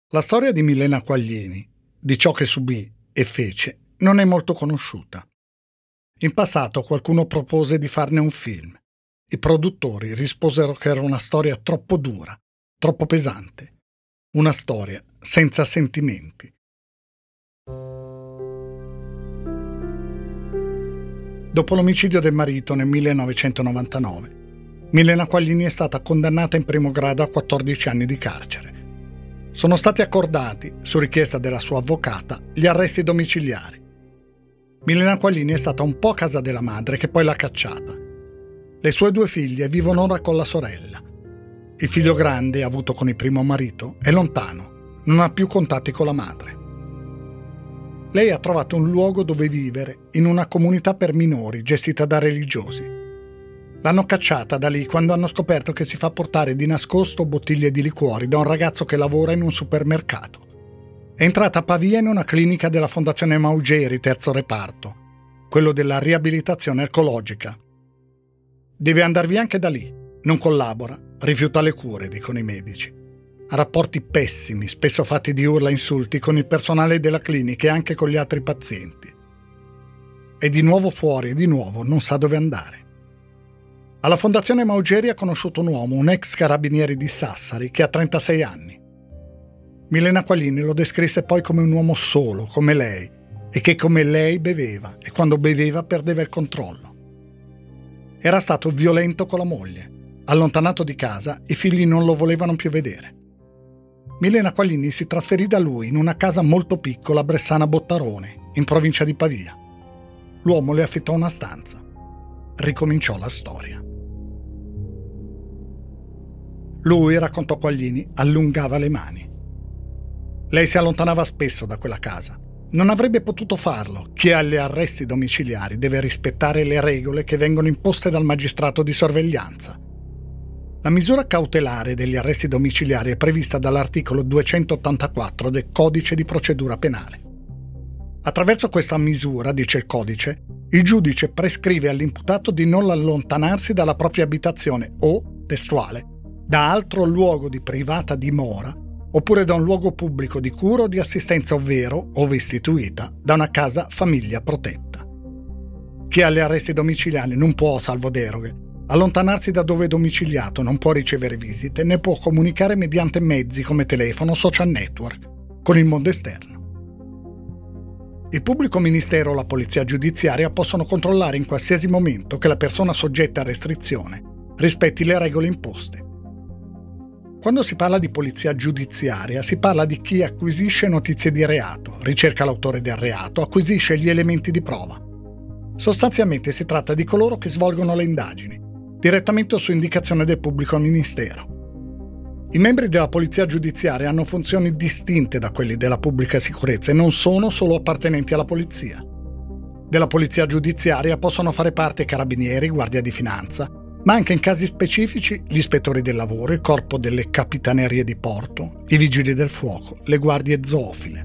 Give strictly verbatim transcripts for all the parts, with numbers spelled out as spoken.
La storia di Milena Quaglini, di ciò che subì e fece, non è molto conosciuta. In passato qualcuno propose di farne un film. I produttori risposero che era una storia troppo dura, troppo pesante. Una storia senza sentimenti. Dopo l'omicidio del marito nel millenovecentonovantanove, Milena Quaglini è stata condannata in primo grado a quattordici anni di carcere. Sono stati accordati, su richiesta della sua avvocata, gli arresti domiciliari. Milena Quaglini è stata un po' a casa della madre, che poi l'ha cacciata. Le sue due figlie vivono ora con la sorella. Il figlio grande, avuto con il primo marito, è lontano, non ha più contatti con la madre. Lei ha trovato un luogo dove vivere in una comunità per minori gestita da religiosi. L'hanno cacciata da lì quando hanno scoperto che si fa portare di nascosto bottiglie di liquori da un ragazzo che lavora in un supermercato. È entrata a Pavia in una clinica della Fondazione Maugeri, terzo reparto, quello della riabilitazione ecologica. Deve andar via anche da lì, non collabora, rifiuta le cure, dicono i medici. Ha rapporti pessimi, spesso fatti di urla e insulti con il personale della clinica e anche con gli altri pazienti. È di nuovo fuori e di nuovo non sa dove andare. Alla Fondazione Maugeri ha conosciuto un uomo, un ex carabiniere di Sassari, che ha trentasei anni. Milena Quaglini lo descrisse poi come un uomo solo, come lei, e che come lei beveva, e quando beveva perdeva il controllo. Era stato violento con la moglie. Allontanato di casa, i figli non lo volevano più vedere. Milena Quaglini si trasferì da lui in una casa molto piccola a Bressana Bottarone, in provincia di Pavia. L'uomo le affittò una stanza. Ricominciò la storia. Lui, raccontò Quaglini, allungava le mani. Lei si allontanava spesso da quella casa. Non avrebbe potuto farlo. Chi ha gli arresti domiciliari deve rispettare le regole che vengono imposte dal magistrato di sorveglianza. La misura cautelare degli arresti domiciliari è prevista dall'articolo duecentottantaquattro del Codice di procedura penale. Attraverso questa misura, dice il codice, il giudice prescrive all'imputato di non allontanarsi dalla propria abitazione o, testuale, da altro luogo di privata dimora oppure da un luogo pubblico di cura o di assistenza ovvero, ove istituita, da una casa famiglia protetta. Chi ha gli arresti domiciliari non può, salvo deroghe, allontanarsi da dove è domiciliato, non può ricevere visite, né può comunicare mediante mezzi come telefono o social network con il mondo esterno. Il pubblico ministero o la polizia giudiziaria possono controllare in qualsiasi momento che la persona soggetta a restrizione rispetti le regole imposte. Quando si parla di polizia giudiziaria, si parla di chi acquisisce notizie di reato, ricerca l'autore del reato, acquisisce gli elementi di prova. Sostanzialmente si tratta di coloro che svolgono le indagini, direttamente o su indicazione del pubblico ministero. I membri della polizia giudiziaria hanno funzioni distinte da quelli della pubblica sicurezza e non sono solo appartenenti alla polizia. Della polizia giudiziaria possono fare parte carabinieri, guardia di finanza, ma anche in casi specifici gli ispettori del lavoro, il corpo delle capitanerie di porto, i vigili del fuoco, le guardie zoofile.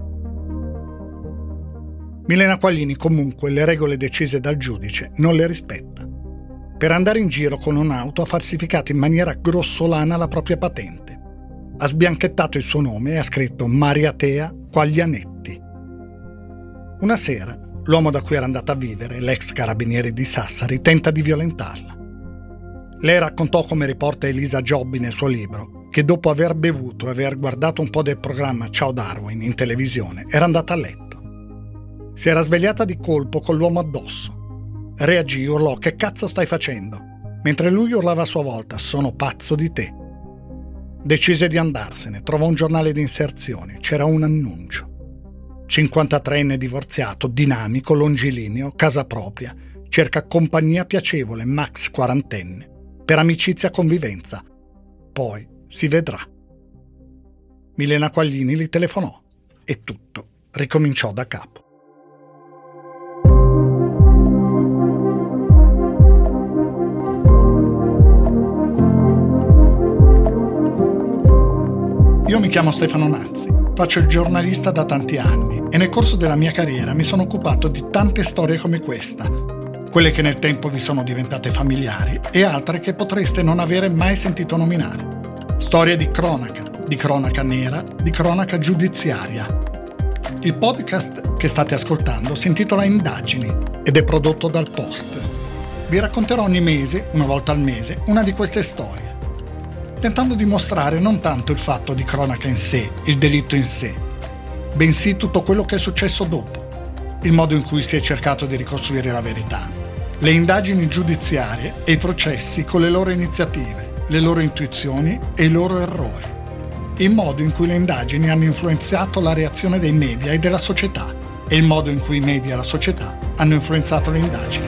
Milena Quaglini comunque le regole decise dal giudice non le rispetta. Per andare in giro con un'auto ha falsificato in maniera grossolana la propria patente. Ha sbianchettato il suo nome e ha scritto Mariatea Quaglianetti. Una sera, l'uomo da cui era andata a vivere, l'ex carabiniere di Sassari, tenta di violentarla. Lei raccontò, come riporta Elisa Giobbi nel suo libro, che dopo aver bevuto e aver guardato un po' del programma Ciao Darwin in televisione, era andata a letto. Si era svegliata di colpo con l'uomo addosso. Reagì, urlò «Che cazzo stai facendo?», mentre lui urlava a sua volta «Sono pazzo di te». Decise di andarsene, trovò un giornale di inserzioni, c'era un annuncio. cinquantatreenne divorziato, dinamico, longilineo, casa propria, cerca compagnia piacevole, max quarantenne, per amicizia convivenza. Poi si vedrà. Milena Quaglini gli telefonò e tutto ricominciò da capo. Io mi chiamo Stefano Nazzi, faccio il giornalista da tanti anni e nel corso della mia carriera mi sono occupato di tante storie come questa, quelle che nel tempo vi sono diventate familiari e altre che potreste non avere mai sentito nominare. Storie di cronaca, di cronaca nera, di cronaca giudiziaria. Il podcast che state ascoltando si intitola Indagini ed è prodotto dal Post. Vi racconterò ogni mese, una volta al mese, una di queste storie, tentando di mostrare non tanto il fatto di cronaca in sé, il delitto in sé, bensì tutto quello che è successo dopo, il modo in cui si è cercato di ricostruire la verità, le indagini giudiziarie e i processi con le loro iniziative, le loro intuizioni e i loro errori, il modo in cui le indagini hanno influenzato la reazione dei media e della società e il modo in cui i media e la società hanno influenzato le indagini.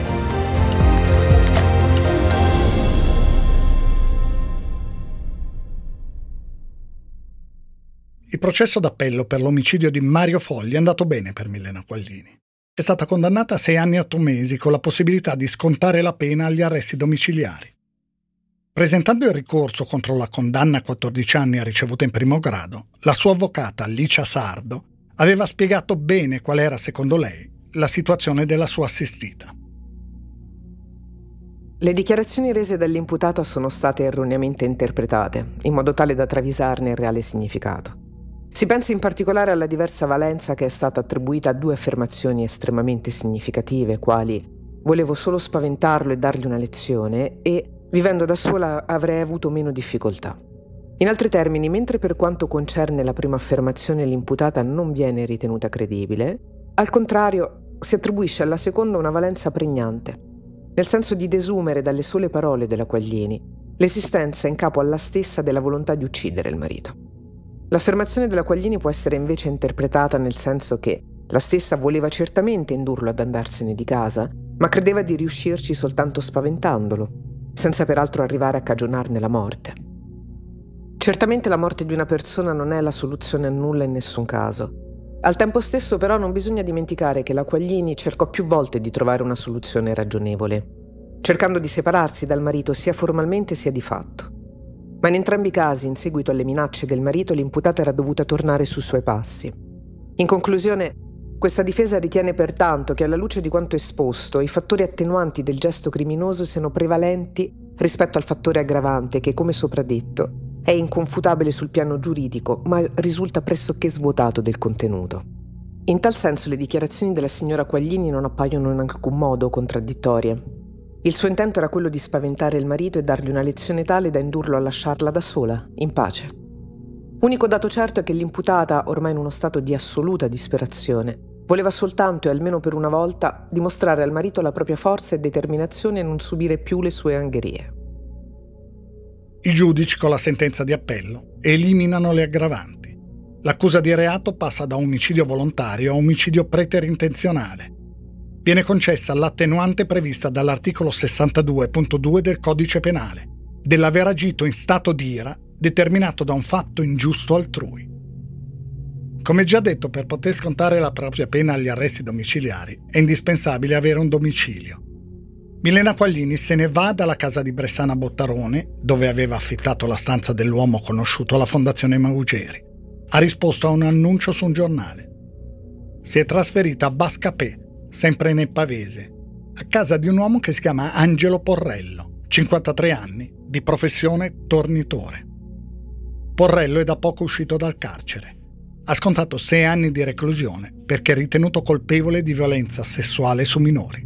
Il processo d'appello per l'omicidio di Mario Fogli è andato bene per Milena Quaglini. È stata condannata a sei anni e otto mesi con la possibilità di scontare la pena agli arresti domiciliari. Presentando il ricorso contro la condanna a quattordici anni ricevuta in primo grado, la sua avvocata Licia Sardo aveva spiegato bene qual era, secondo lei, la situazione della sua assistita. Le dichiarazioni rese dall'imputata sono state erroneamente interpretate, in modo tale da travisarne il reale significato. Si pensi in particolare alla diversa valenza che è stata attribuita a due affermazioni estremamente significative, quali «volevo solo spaventarlo e dargli una lezione» e «vivendo da sola avrei avuto meno difficoltà». In altri termini, mentre per quanto concerne la prima affermazione l'imputata non viene ritenuta credibile, al contrario si attribuisce alla seconda una valenza pregnante, nel senso di desumere dalle sole parole della Quaglini l'esistenza in capo alla stessa della volontà di uccidere il marito. L'affermazione della Quaglini può essere invece interpretata nel senso che la stessa voleva certamente indurlo ad andarsene di casa, ma credeva di riuscirci soltanto spaventandolo, senza peraltro arrivare a cagionarne la morte. Certamente la morte di una persona non è la soluzione a nulla in nessun caso. Al tempo stesso però non bisogna dimenticare che la Quaglini cercò più volte di trovare una soluzione ragionevole, cercando di separarsi dal marito sia formalmente sia di fatto. Ma in entrambi i casi, in seguito alle minacce del marito, l'imputata era dovuta tornare sui suoi passi. In conclusione, questa difesa ritiene pertanto che alla luce di quanto esposto, i fattori attenuanti del gesto criminoso siano prevalenti rispetto al fattore aggravante che, come sopra detto, è inconfutabile sul piano giuridico, ma risulta pressoché svuotato del contenuto. In tal senso le dichiarazioni della signora Quaglini non appaiono in alcun modo contraddittorie. Il suo intento era quello di spaventare il marito e dargli una lezione tale da indurlo a lasciarla da sola, in pace. Unico dato certo è che l'imputata, ormai in uno stato di assoluta disperazione, voleva soltanto e almeno per una volta dimostrare al marito la propria forza e determinazione a non subire più le sue angherie. I giudici con la sentenza di appello eliminano le aggravanti. L'accusa di reato passa da omicidio volontario a omicidio preterintenzionale. Viene concessa l'attenuante prevista dall'articolo sessantadue punto due del Codice Penale, dell'aver agito in stato di ira determinato da un fatto ingiusto altrui. Come già detto, per poter scontare la propria pena agli arresti domiciliari è indispensabile avere un domicilio. Milena Quaglini se ne va dalla casa di Bressana Bottarone, dove aveva affittato la stanza dell'uomo conosciuto alla Fondazione Maugeri. Ha risposto a un annuncio su un giornale. Si è trasferita a Bascapè, sempre nel Pavese, a casa di un uomo che si chiama Angelo Porrello, cinquantatré anni, di professione tornitore. Porrello è da poco uscito dal carcere. Ha scontato sei anni di reclusione perché è ritenuto colpevole di violenza sessuale su minori.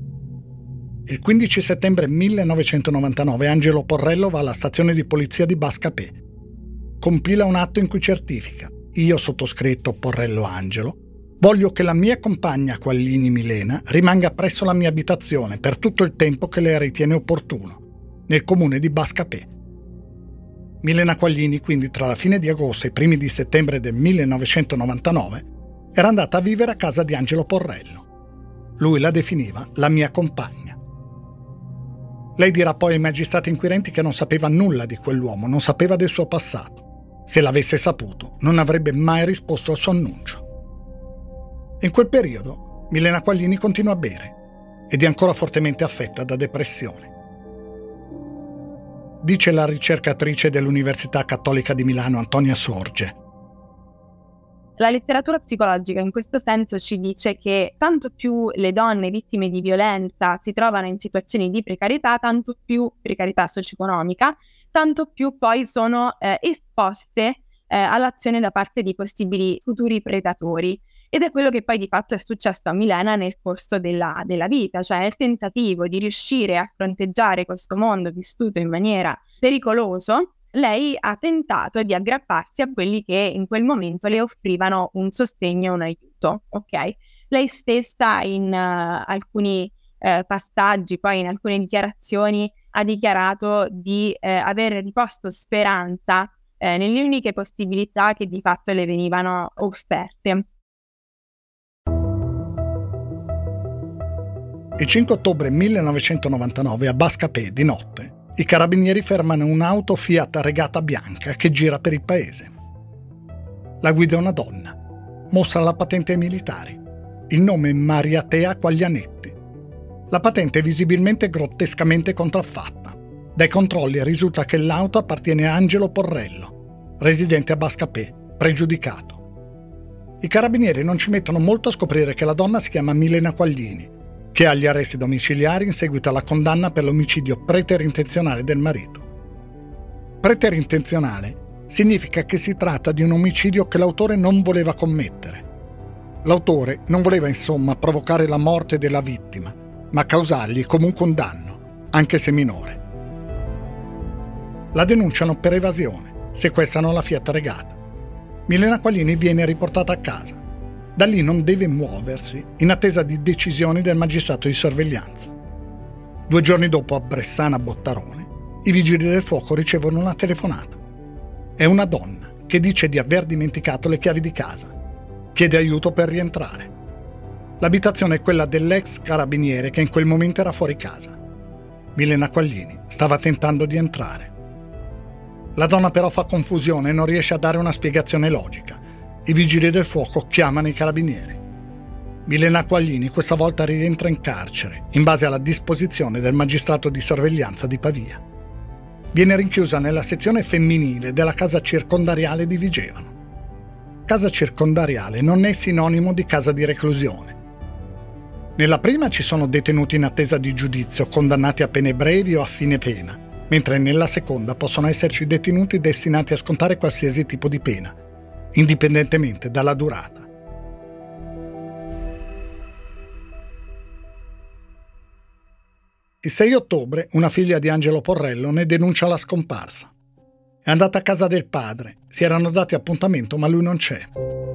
Il quindici settembre millenovecentonovantanove Angelo Porrello va alla stazione di polizia di Bascapè. Compila un atto in cui certifica: io, sottoscritto Porrello Angelo, voglio che la mia compagna Quaglini Milena rimanga presso la mia abitazione per tutto il tempo che lei ritiene opportuno, nel comune di Bascapè. Milena Quaglini, quindi, tra la fine di agosto e i primi di settembre del millenovecentonovantanove, era andata a vivere a casa di Angelo Porrello. Lui la definiva la mia compagna. Lei dirà poi ai magistrati inquirenti che non sapeva nulla di quell'uomo, non sapeva del suo passato. Se l'avesse saputo, non avrebbe mai risposto al suo annuncio. In quel periodo, Milena Quaglini continua a bere ed è ancora fortemente affetta da depressione. Dice la ricercatrice dell'Università Cattolica di Milano Antonia Sorge: la letteratura psicologica in questo senso ci dice che tanto più le donne vittime di violenza si trovano in situazioni di precarietà, tanto più precarietà socio-economica, tanto più poi sono eh, esposte eh, all'azione da parte di possibili futuri predatori. Ed è quello che poi di fatto è successo a Milena nel corso della, della vita, cioè nel tentativo di riuscire a fronteggiare questo mondo vissuto in maniera pericolosa. Lei ha tentato di aggrapparsi a quelli che in quel momento le offrivano un sostegno e un aiuto, ok? Lei stessa in uh, alcuni uh, passaggi, poi in alcune dichiarazioni, ha dichiarato di uh, aver riposto speranza uh, nelle uniche possibilità che di fatto le venivano offerte. Il cinque ottobre millenovecentonovantanove a Bascapè, di notte, i carabinieri fermano un'auto Fiat Regata bianca che gira per il paese. La guida è una donna. Mostra la patente ai militari. Il nome è Mariatea Quaglianetti. La patente è visibilmente grottescamente contraffatta. Dai controlli risulta che l'auto appartiene a Angelo Porrello, residente a Bascapè, pregiudicato. I carabinieri non ci mettono molto a scoprire che la donna si chiama Milena Quaglini, che ha gli arresti domiciliari in seguito alla condanna per l'omicidio preterintenzionale del marito. Preterintenzionale significa che si tratta di un omicidio che l'autore non voleva commettere. L'autore non voleva insomma provocare la morte della vittima, ma causargli comunque un danno, anche se minore. La denunciano per evasione, sequestrano la Fiat Regata. Milena Quaglini viene riportata a casa. Da lì non deve muoversi, in attesa di decisioni del magistrato di sorveglianza. Due giorni dopo, a Bressana Bottarone, i vigili del fuoco ricevono una telefonata. È una donna che dice di aver dimenticato le chiavi di casa. Chiede aiuto per rientrare. L'abitazione è quella dell'ex carabiniere che in quel momento era fuori casa. Milena Quaglini stava tentando di entrare. La donna però fa confusione e non riesce a dare una spiegazione logica. I vigili del fuoco chiamano i carabinieri. Milena Quaglini questa volta rientra in carcere, in base alla disposizione del magistrato di sorveglianza di Pavia. Viene rinchiusa nella sezione femminile della casa circondariale di Vigevano. Casa circondariale non è sinonimo di casa di reclusione. Nella prima ci sono detenuti in attesa di giudizio, condannati a pene brevi o a fine pena, mentre nella seconda possono esserci detenuti destinati a scontare qualsiasi tipo di pena, indipendentemente dalla durata. Il sei ottobre una figlia di Angelo Porrello ne denuncia la scomparsa. È andata a casa del padre, si erano dati appuntamento ma lui non c'è.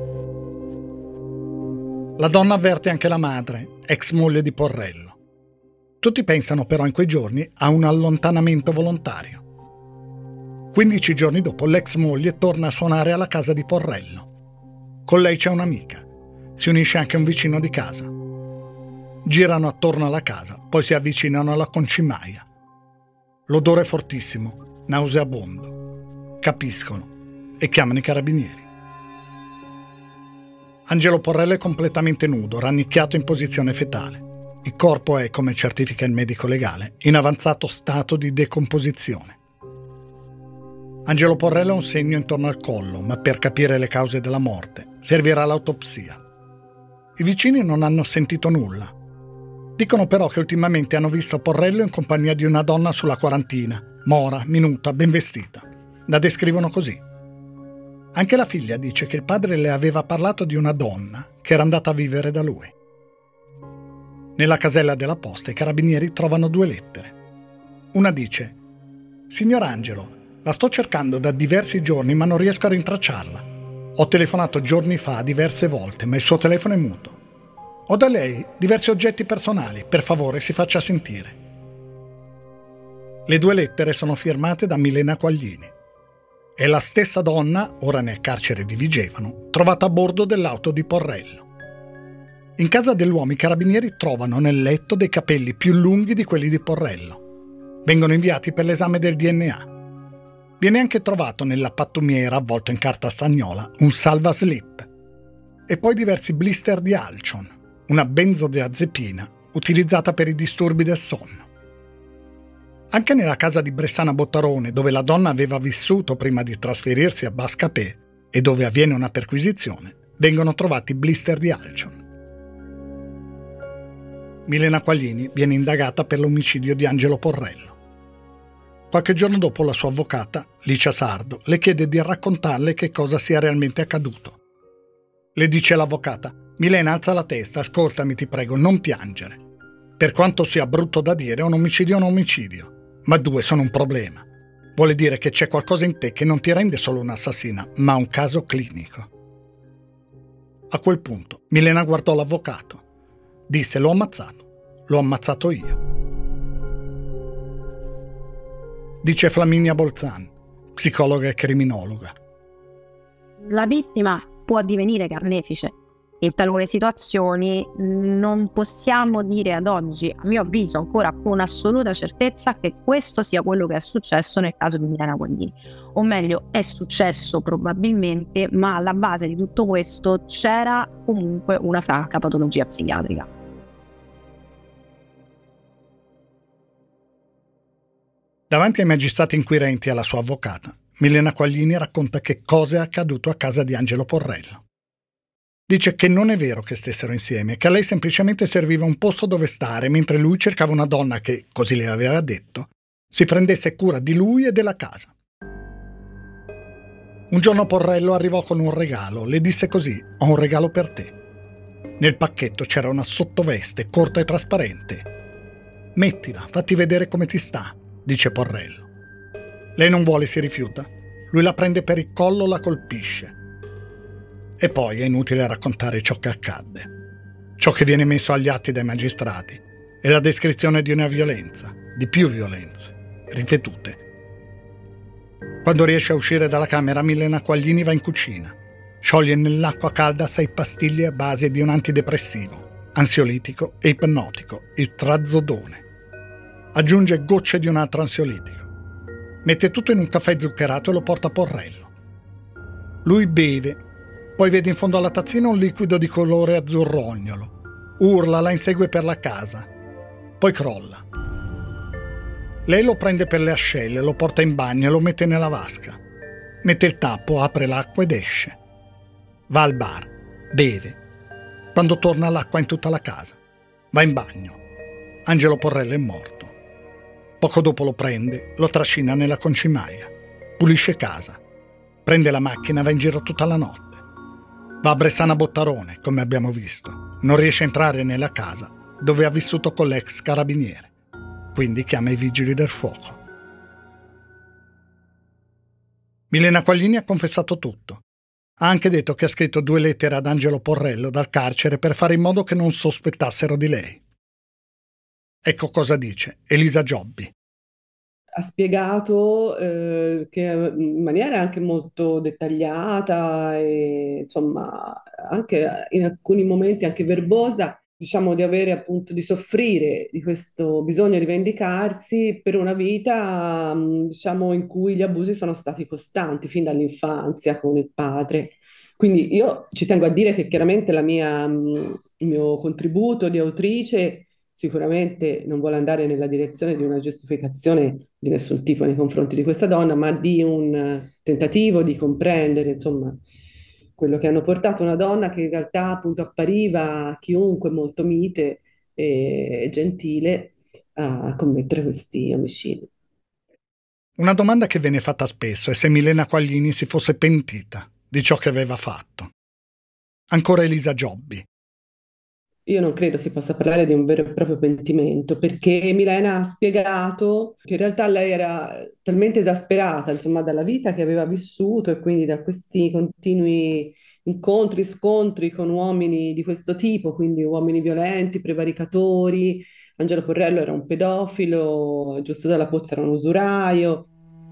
La donna avverte anche la madre, ex moglie di Porrello. Tutti pensano però in quei giorni a un allontanamento volontario. quindici giorni dopo l'ex moglie torna a suonare alla casa di Porrello. Con lei c'è un'amica. Si unisce anche un vicino di casa. Girano attorno alla casa, poi si avvicinano alla concimaia. L'odore è fortissimo, nauseabondo. Capiscono e chiamano i carabinieri. Angelo Porrello è completamente nudo, rannicchiato in posizione fetale. Il corpo è, come certifica il medico legale, in avanzato stato di decomposizione. Angelo Porrello ha un segno intorno al collo, ma per capire le cause della morte servirà l'autopsia. I vicini non hanno sentito nulla. Dicono però che ultimamente hanno visto Porrello in compagnia di una donna sulla quarantina, mora, minuta, ben vestita. La descrivono così. Anche la figlia dice che il padre le aveva parlato di una donna che era andata a vivere da lui. Nella casella della posta i carabinieri trovano due lettere. Una dice: «Signor Angelo, la sto cercando da diversi giorni ma non riesco a rintracciarla. Ho telefonato giorni fa diverse volte ma il suo telefono è muto. Ho da lei diversi oggetti personali, per favore si faccia sentire». Le due lettere sono firmate da Milena Quaglini. È la stessa donna, ora nel carcere di Vigevano, trovata a bordo dell'auto di Porrello. In casa dell'uomo i carabinieri trovano nel letto dei capelli più lunghi di quelli di Porrello. Vengono inviati per l'esame del D N A. Viene anche trovato nella pattumiera, avvolto in carta stagnola, un salvaslip e poi diversi blister di Alcion, una benzodiazepina utilizzata per i disturbi del sonno. Anche nella casa di Bressana Bottarone, dove la donna aveva vissuto prima di trasferirsi a Bascapè e dove avviene una perquisizione, vengono trovati blister di Alcion. Milena Quaglini viene indagata per l'omicidio di Angelo Porrello. Qualche giorno dopo la sua avvocata, Licia Sardo, le chiede di raccontarle che cosa sia realmente accaduto. Le dice l'avvocata: Milena, alza la testa, ascoltami, ti prego, non piangere. Per quanto sia brutto da dire, un omicidio è un omicidio, ma due sono un problema. Vuole dire che c'è qualcosa in te che non ti rende solo un'assassina, ma un caso clinico. A quel punto, Milena guardò l'avvocato. Disse: l'ho ammazzato, l'ho ammazzato io. Dice Flaminia Bolzan, psicologa e criminologa. La vittima può divenire carnefice. In talune situazioni non possiamo dire ad oggi, a mio avviso ancora con assoluta certezza, che questo sia quello che è successo nel caso di Milena Quaglini. O meglio, è successo probabilmente, ma alla base di tutto questo c'era comunque una franca patologia psichiatrica. Davanti ai magistrati inquirenti e alla sua avvocata, Milena Quaglini racconta che cosa è accaduto a casa di Angelo Porrello. Dice che non è vero che stessero insieme, che a lei semplicemente serviva un posto dove stare, mentre lui cercava una donna che, così le aveva detto, si prendesse cura di lui e della casa. Un giorno Porrello arrivò con un regalo, le disse così: ho un regalo per te. Nel pacchetto c'era una sottoveste corta e trasparente. Mettila, fatti vedere come ti sta, dice Porrello. Lei non vuole, si rifiuta. Lui la prende per il collo, la colpisce. E poi è inutile raccontare ciò che accadde. Ciò che viene messo agli atti dai magistrati è la descrizione di una violenza, di più violenze, ripetute. Quando riesce a uscire dalla camera, Milena Quaglini va in cucina. Scioglie nell'acqua calda sei pastiglie a base di un antidepressivo, ansiolitico e ipnotico, il trazodone. Aggiunge gocce di un altro ansiolitico. Mette tutto in un caffè zuccherato e lo porta a Porrello. Lui beve. Poi vede in fondo alla tazzina un liquido di colore azzurrognolo. Urla, la insegue per la casa. Poi crolla. Lei lo prende per le ascelle, lo porta in bagno e lo mette nella vasca. Mette il tappo, apre l'acqua ed esce. Va al bar, beve. Quando torna l'acqua in tutta la casa. Va in bagno. Angelo Porrello è morto. Poco dopo lo prende, lo trascina nella concimaia. Pulisce casa. Prende la macchina, va in giro tutta la notte. Va a Bressana Bottarone, come abbiamo visto. Non riesce a entrare nella casa dove ha vissuto con l'ex carabiniere. Quindi chiama i vigili del fuoco. Milena Quaglini ha confessato tutto. Ha anche detto che ha scritto due lettere ad Angelo Porrello dal carcere per fare in modo che non sospettassero di lei. Ecco cosa dice Elisa Giobbi. Ha spiegato eh, che in maniera anche molto dettagliata e insomma anche in alcuni momenti anche verbosa, diciamo, di avere appunto di soffrire di questo bisogno di vendicarsi per una vita, diciamo, in cui gli abusi sono stati costanti fin dall'infanzia con il padre. Quindi io ci tengo a dire che chiaramente la mia, il mio contributo di autrice sicuramente non vuole andare nella direzione di una giustificazione di nessun tipo nei confronti di questa donna, ma di un tentativo di comprendere, insomma, quello che hanno portato una donna che in realtà appunto appariva a chiunque molto mite e gentile a commettere questi omicidi. Una domanda che viene fatta spesso è se Milena Quaglini si fosse pentita di ciò che aveva fatto. Ancora Elisa Giobbi. Io non credo si possa parlare di un vero e proprio pentimento, perché Milena ha spiegato che in realtà lei era talmente esasperata, insomma, dalla vita che aveva vissuto e quindi da questi continui incontri, scontri con uomini di questo tipo, quindi uomini violenti, prevaricatori. Angelo Porrello era un pedofilo, Giusto Dalla Pozza era un usuraio.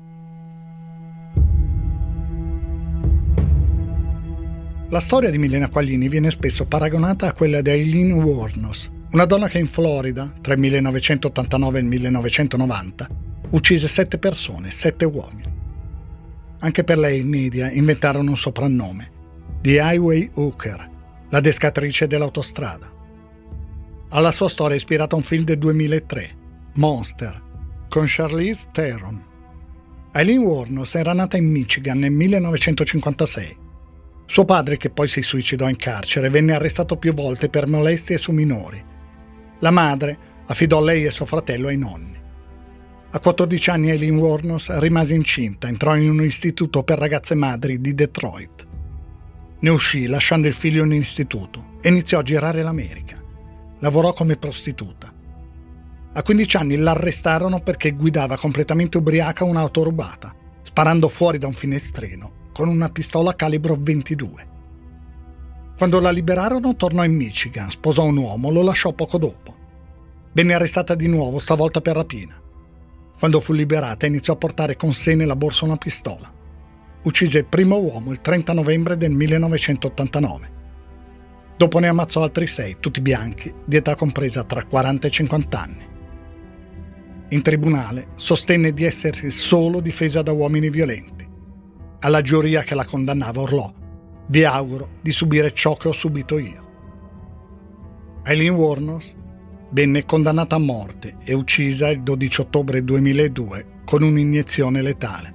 La storia di Milena Quaglini viene spesso paragonata a quella di Aileen Wuornos, una donna che in Florida, tra il millenovecentottantanove e il millenovecentonovanta, uccise sette persone, sette uomini. Anche per lei i media inventarono un soprannome, The Highway Hooker, la descatrice dell'autostrada. Alla sua storia è ispirata un film del duemilatré, Monster, con Charlize Theron. Aileen Wuornos era nata in Michigan nel millenovecentocinquantasei. Suo padre, che poi si suicidò in carcere, venne arrestato più volte per molestie su minori. La madre affidò lei e suo fratello ai nonni. A quattordici anni Aileen Wuornos rimase incinta, entrò in un istituto per ragazze madri di Detroit. Ne uscì lasciando il figlio in istituto e iniziò a girare l'America. Lavorò come prostituta. A quindici anni l'arrestarono perché guidava completamente ubriaca un'auto rubata, sparando fuori da un finestrino con una pistola calibro ventidue. Quando la liberarono tornò in Michigan, sposò un uomo, lo lasciò poco dopo. Venne arrestata di nuovo, stavolta per rapina. Quando fu liberata iniziò a portare con sé nella borsa una pistola. Uccise il primo uomo il trenta novembre del millenovecentottantanove. Dopo ne ammazzò altri sei, tutti bianchi, di età compresa tra quaranta e cinquanta anni. In tribunale sostenne di essersi solo difesa da uomini violenti. Alla giuria che la condannava urlò: «Vi auguro di subire ciò che ho subito io». Aileen Wuornos venne condannata a morte e uccisa il dodici ottobre duemiladue con un'iniezione letale.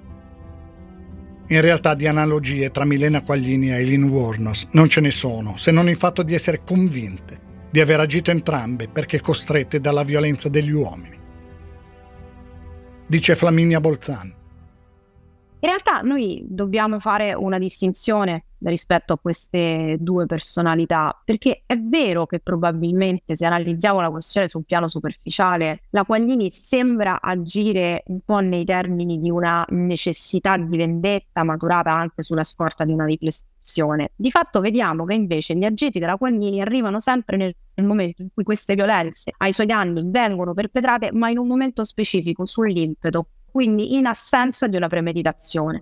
In realtà di analogie tra Milena Quaglini e Aileen Wuornos non ce ne sono, se non il fatto di essere convinte di aver agito entrambe perché costrette dalla violenza degli uomini. Dice Flaminia Bolzan. In realtà noi dobbiamo fare una distinzione rispetto a queste due personalità, perché è vero che probabilmente, se analizziamo la questione sul piano superficiale, la Quaglini sembra agire un po' nei termini di una necessità di vendetta maturata anche sulla scorta di una riflessione. Di fatto vediamo che invece gli agiti della Quaglini arrivano sempre nel, nel momento in cui queste violenze ai suoi danni vengono perpetrate, ma in un momento specifico, sull'impeto, quindi in assenza di una premeditazione.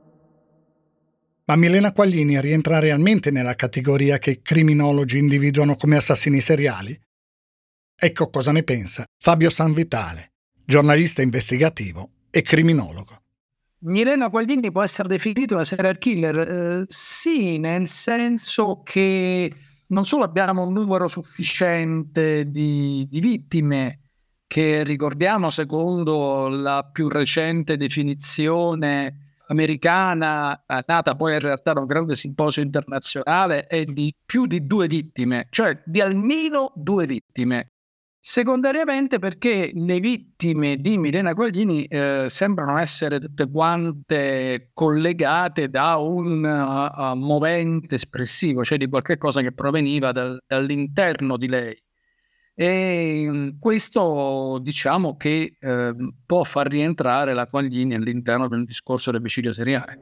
Ma Milena Quaglini rientra realmente nella categoria che i criminologi individuano come assassini seriali? Ecco cosa ne pensa Fabio Sanvitale, giornalista investigativo e criminologo. Milena Quaglini può essere definita una serial killer? Eh, sì, nel senso che non solo abbiamo un numero sufficiente di, di vittime, che ricordiamo secondo la più recente definizione americana, nata poi in realtà da un grande simposio internazionale, è di più di due vittime, cioè di almeno due vittime. Secondariamente perché le vittime di Milena Quaglini eh, sembrano essere tutte quante collegate da un uh, uh, movente espressivo, cioè di qualche cosa che proveniva dal, dall'interno di lei. E questo diciamo che eh, può far rientrare la Quaglini all'interno del discorso dell'omicidio seriale.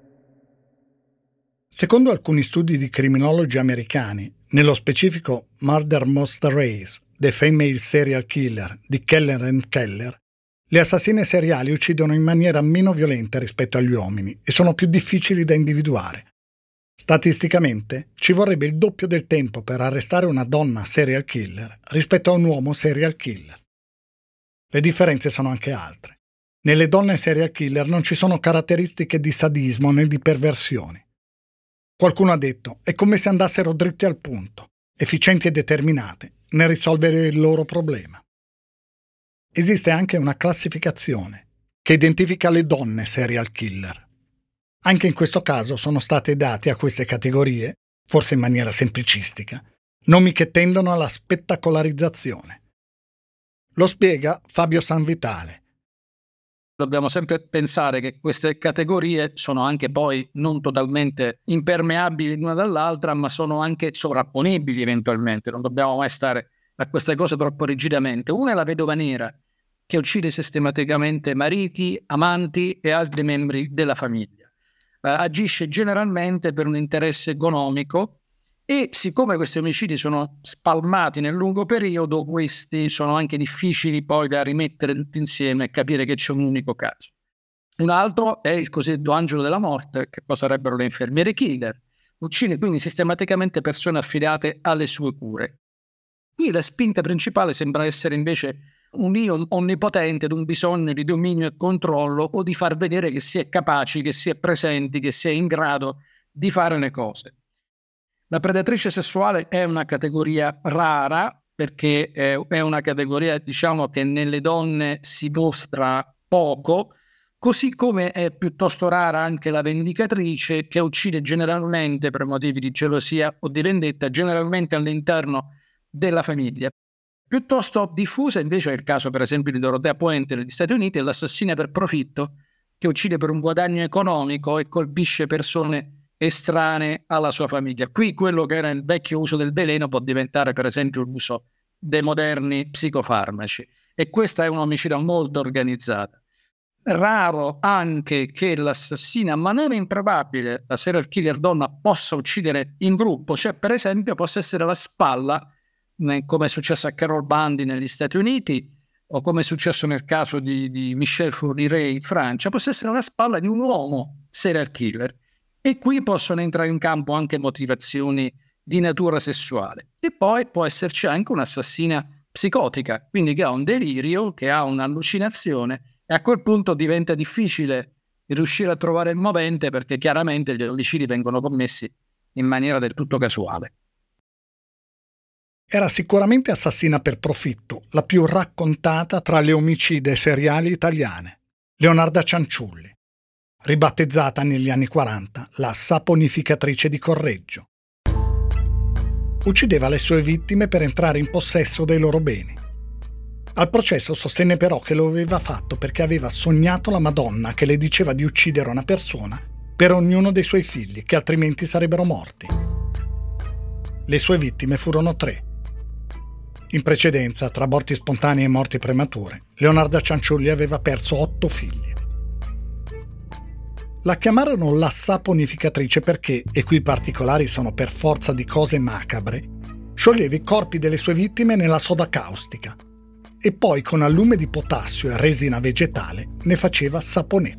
Secondo alcuni studi di criminologi americani, nello specifico Murder Most Race, The Female Serial Killer di Keller and Keller, le assassine seriali uccidono in maniera meno violenta rispetto agli uomini e sono più difficili da individuare. Statisticamente ci vorrebbe il doppio del tempo per arrestare una donna serial killer rispetto a un uomo serial killer. Le differenze sono anche altre. Nelle donne serial killer non ci sono caratteristiche di sadismo né di perversioni. Qualcuno ha detto: è come se andassero dritti al punto, efficienti e determinate nel risolvere il loro problema. Esiste anche una classificazione che identifica le donne serial killer. Anche in questo caso sono state date a queste categorie, forse in maniera semplicistica, nomi che tendono alla spettacolarizzazione. Lo spiega Fabio Sanvitale. Dobbiamo sempre pensare che queste categorie sono anche poi non totalmente impermeabili l'una dall'altra, ma sono anche sovrapponibili eventualmente. Non dobbiamo mai stare a queste cose troppo rigidamente. Una è la vedova nera, che uccide sistematicamente mariti, amanti e altri membri della famiglia. Uh, agisce generalmente per un interesse economico e siccome questi omicidi sono spalmati nel lungo periodo, questi sono anche difficili poi da rimettere tutti insieme e capire che c'è un unico caso. Un altro è il cosiddetto angelo della morte, che poi sarebbero le infermiere killer. Uccide quindi sistematicamente persone affidate alle sue cure. Qui la spinta principale sembra essere invece un io onnipotente, di un bisogno di dominio e controllo o di far vedere che si è capaci, che si è presenti, che si è in grado di fare le cose. La predatrice sessuale è una categoria rara perché è una categoria, diciamo, che nelle donne si mostra poco, così come è piuttosto rara anche la vendicatrice, che uccide generalmente per motivi di gelosia o di vendetta, generalmente all'interno della famiglia. Piuttosto diffusa invece è il caso per esempio di Dorothea Puente negli Stati Uniti, l'assassina per profitto che uccide per un guadagno economico e colpisce persone estranee alla sua famiglia. Qui quello che era il vecchio uso del veleno può diventare per esempio l'uso dei moderni psicofarmaci, e questa è un omicidio molto organizzato. Raro anche che l'assassina, ma non improbabile, la serial killer donna possa uccidere in gruppo, cioè per esempio possa essere la spalla, come è successo a Carol Bundy negli Stati Uniti o come è successo nel caso di, di Michel Fourniret in Francia, possa essere la spalla di un uomo serial killer. E qui possono entrare in campo anche motivazioni di natura sessuale. E poi può esserci anche un'assassina psicotica, quindi che ha un delirio, che ha un'allucinazione, e a quel punto diventa difficile riuscire a trovare il movente, perché chiaramente gli omicidi vengono commessi in maniera del tutto casuale. Era sicuramente assassina per profitto, la più raccontata tra le omicide seriali italiane, Leonarda Cianciulli, ribattezzata negli anni quaranta la saponificatrice di Correggio. Uccideva le sue vittime per entrare in possesso dei loro beni. Al processo sostenne però che lo aveva fatto perché aveva sognato la Madonna che le diceva di uccidere una persona per ognuno dei suoi figli, che altrimenti sarebbero morti. Le sue vittime furono tre. In precedenza, tra aborti spontanei e morti premature, Leonarda Cianciulli aveva perso otto figli. La chiamarono la saponificatrice perché, e qui i particolari sono per forza di cose macabre, scioglieva i corpi delle sue vittime nella soda caustica e poi con allume di potassio e resina vegetale ne faceva saponette.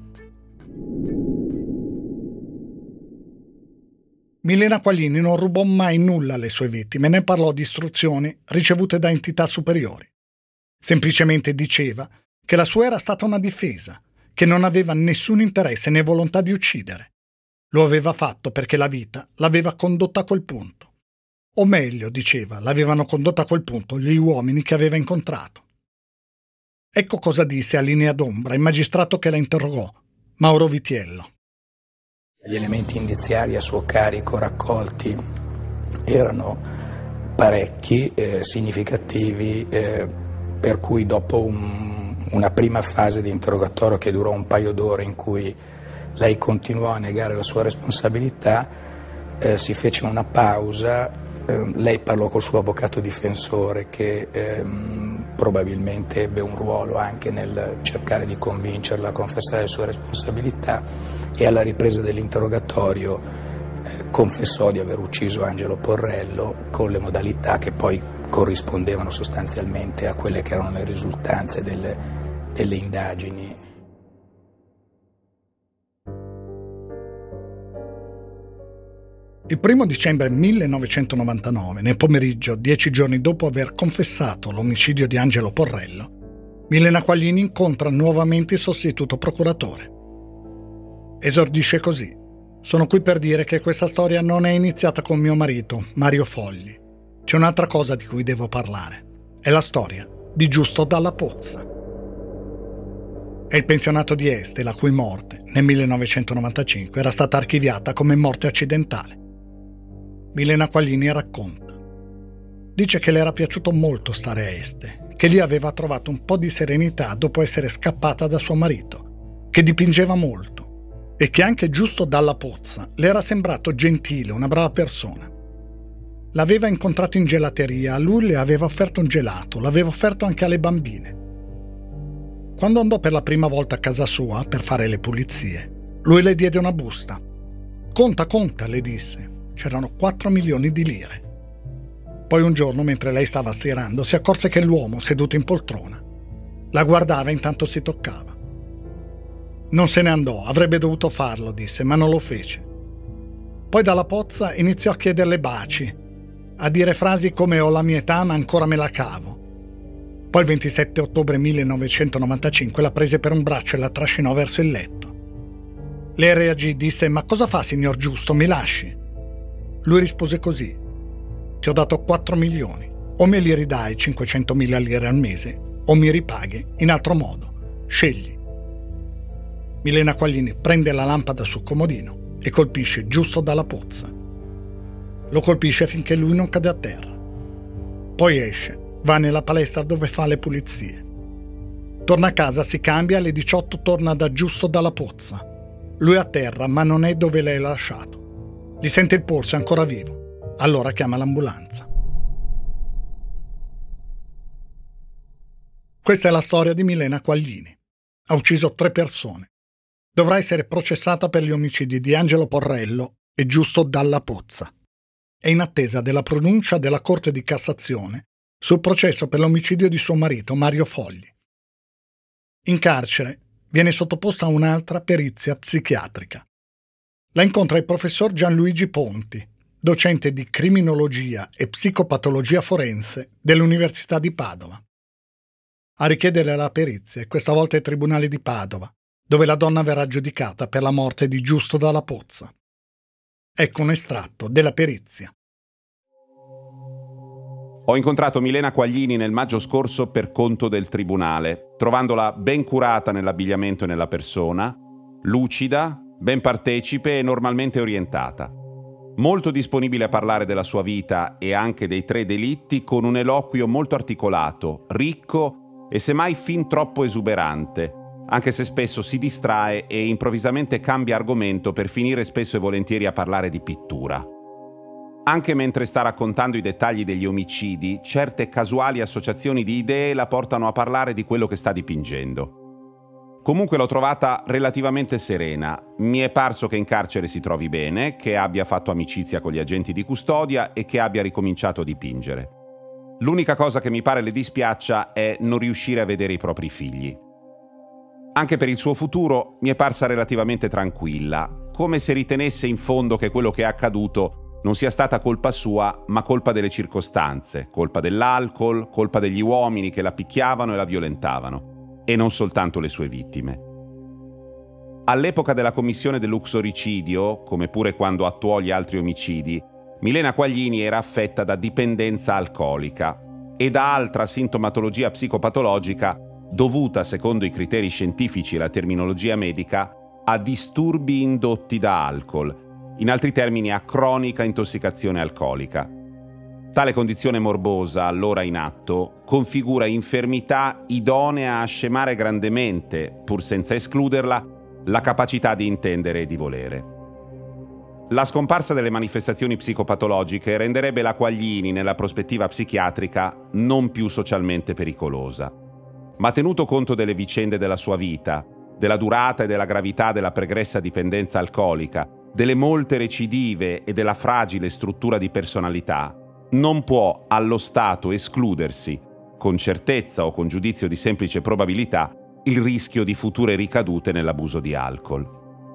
Milena Quaglini non rubò mai nulla alle sue vittime, né parlò di istruzioni ricevute da entità superiori. Semplicemente diceva che la sua era stata una difesa, che non aveva nessun interesse né volontà di uccidere. Lo aveva fatto perché la vita l'aveva condotta a quel punto. O meglio, diceva, l'avevano condotta a quel punto gli uomini che aveva incontrato. Ecco cosa disse a linea d'ombra il magistrato che la interrogò, Mauro Vitiello. Gli elementi indiziari a suo carico raccolti erano parecchi, eh, significativi, eh, per cui dopo un, una prima fase di interrogatorio che durò un paio d'ore in cui lei continuò a negare la sua responsabilità, eh, si fece una pausa. Lei parlò col suo avvocato difensore che ehm, probabilmente ebbe un ruolo anche nel cercare di convincerla a confessare le sue responsabilità, e alla ripresa dell'interrogatorio eh, confessò di aver ucciso Angelo Porrello con le modalità che poi corrispondevano sostanzialmente a quelle che erano le risultanze delle, delle indagini. Il primo dicembre millenovecentonovantanove, nel pomeriggio, dieci giorni dopo aver confessato l'omicidio di Angelo Porrello, Milena Quaglini incontra nuovamente il sostituto procuratore. Esordisce così: sono qui per dire che questa storia non è iniziata con mio marito, Mario Fogli. C'è un'altra cosa di cui devo parlare. È la storia di Giusto Dalla Pozza. È il pensionato di Este, la cui morte, nel millenovecentonovantacinque, era stata archiviata come morte accidentale. Milena Quaglini racconta. Dice che le era piaciuto molto stare a Este, che lì aveva trovato un po' di serenità dopo essere scappata da suo marito, che dipingeva molto e che anche Giusto Dalla Pozza le era sembrato gentile, una brava persona. L'aveva incontrato in gelateria, a lui le aveva offerto un gelato, l'aveva offerto anche alle bambine. Quando andò per la prima volta a casa sua per fare le pulizie, lui le diede una busta. Conta, conta, le disse. C'erano quattro milioni di lire. Poi un giorno, mentre lei stava stirando, si accorse che l'uomo, seduto in poltrona, la guardava e intanto si toccava. Non se ne andò, avrebbe dovuto farlo, disse, ma non lo fece. Poi Dalla Pozza iniziò a chiederle baci, a dire frasi come «ho la mia età ma ancora me la cavo». Poi il ventisette ottobre millenovecentonovantacinque la prese per un braccio e la trascinò verso il letto. Lei reagì, disse «ma cosa fa, signor Giusto, mi lasci?» Lui rispose così: «Ti ho dato quattro milioni, o me li ridai cinquecentomila lire al mese, o mi ripaghi in altro modo, scegli». Milena Quaglini prende la lampada sul comodino e colpisce Giusto Dalla Pozza. Lo colpisce finché lui non cade a terra. Poi esce, Va nella palestra dove fa le pulizie. Torna a casa, si cambia, alle diciotto torna da Giusto Dalla Pozza. Lui è a terra, ma non è dove l'hai lasciato. Gli sente il polso, è ancora vivo. Allora chiama l'ambulanza. Questa è la storia di Milena Quaglini. Ha ucciso tre persone. Dovrà essere processata per gli omicidi di Angelo Porrello e Giusto Dalla Pozza. È in attesa della pronuncia della Corte di Cassazione sul processo per l'omicidio di suo marito Mario Fogli. In carcere viene sottoposta a un'altra perizia psichiatrica. La incontra il professor Gianluigi Ponti, docente di criminologia e psicopatologia forense dell'Università di Padova. A richiedere la perizia è questa volta il Tribunale di Padova, dove la donna verrà giudicata per la morte di Giusto Dalla Pozza. Ecco un estratto della perizia. Ho incontrato Milena Quaglini nel maggio scorso per conto del tribunale, trovandola ben curata nell'abbigliamento e nella persona, lucida, ben partecipe e normalmente orientata. Molto disponibile a parlare della sua vita e anche dei tre delitti con un eloquio molto articolato, ricco e semmai fin troppo esuberante, anche se spesso si distrae e improvvisamente cambia argomento per finire spesso e volentieri a parlare di pittura. Anche mentre sta raccontando i dettagli degli omicidi, certe casuali associazioni di idee la portano a parlare di quello che sta dipingendo. Comunque l'ho trovata relativamente serena. Mi è parso che in carcere si trovi bene, che abbia fatto amicizia con gli agenti di custodia e che abbia ricominciato a dipingere. L'unica cosa che mi pare le dispiaccia è non riuscire a vedere i propri figli. Anche per il suo futuro mi è parsa relativamente tranquilla, come se ritenesse in fondo che quello che è accaduto non sia stata colpa sua, ma colpa delle circostanze, colpa dell'alcol, colpa degli uomini che la picchiavano e la violentavano, e non soltanto le sue vittime. All'epoca della commissione dell'uxoricidio, come pure quando attuò gli altri omicidi, Milena Quaglini era affetta da dipendenza alcolica e da altra sintomatologia psicopatologica dovuta, secondo i criteri scientifici e la terminologia medica, a disturbi indotti da alcol, in altri termini a cronica intossicazione alcolica. Tale condizione morbosa, allora in atto, configura infermità idonea a scemare grandemente, pur senza escluderla, la capacità di intendere e di volere. La scomparsa delle manifestazioni psicopatologiche renderebbe la Quaglini, nella prospettiva psichiatrica, non più socialmente pericolosa. Ma tenuto conto delle vicende della sua vita, della durata e della gravità della pregressa dipendenza alcolica, delle molte recidive e della fragile struttura di personalità, non può allo stato escludersi, con certezza o con giudizio di semplice probabilità, il rischio di future ricadute nell'abuso di alcol.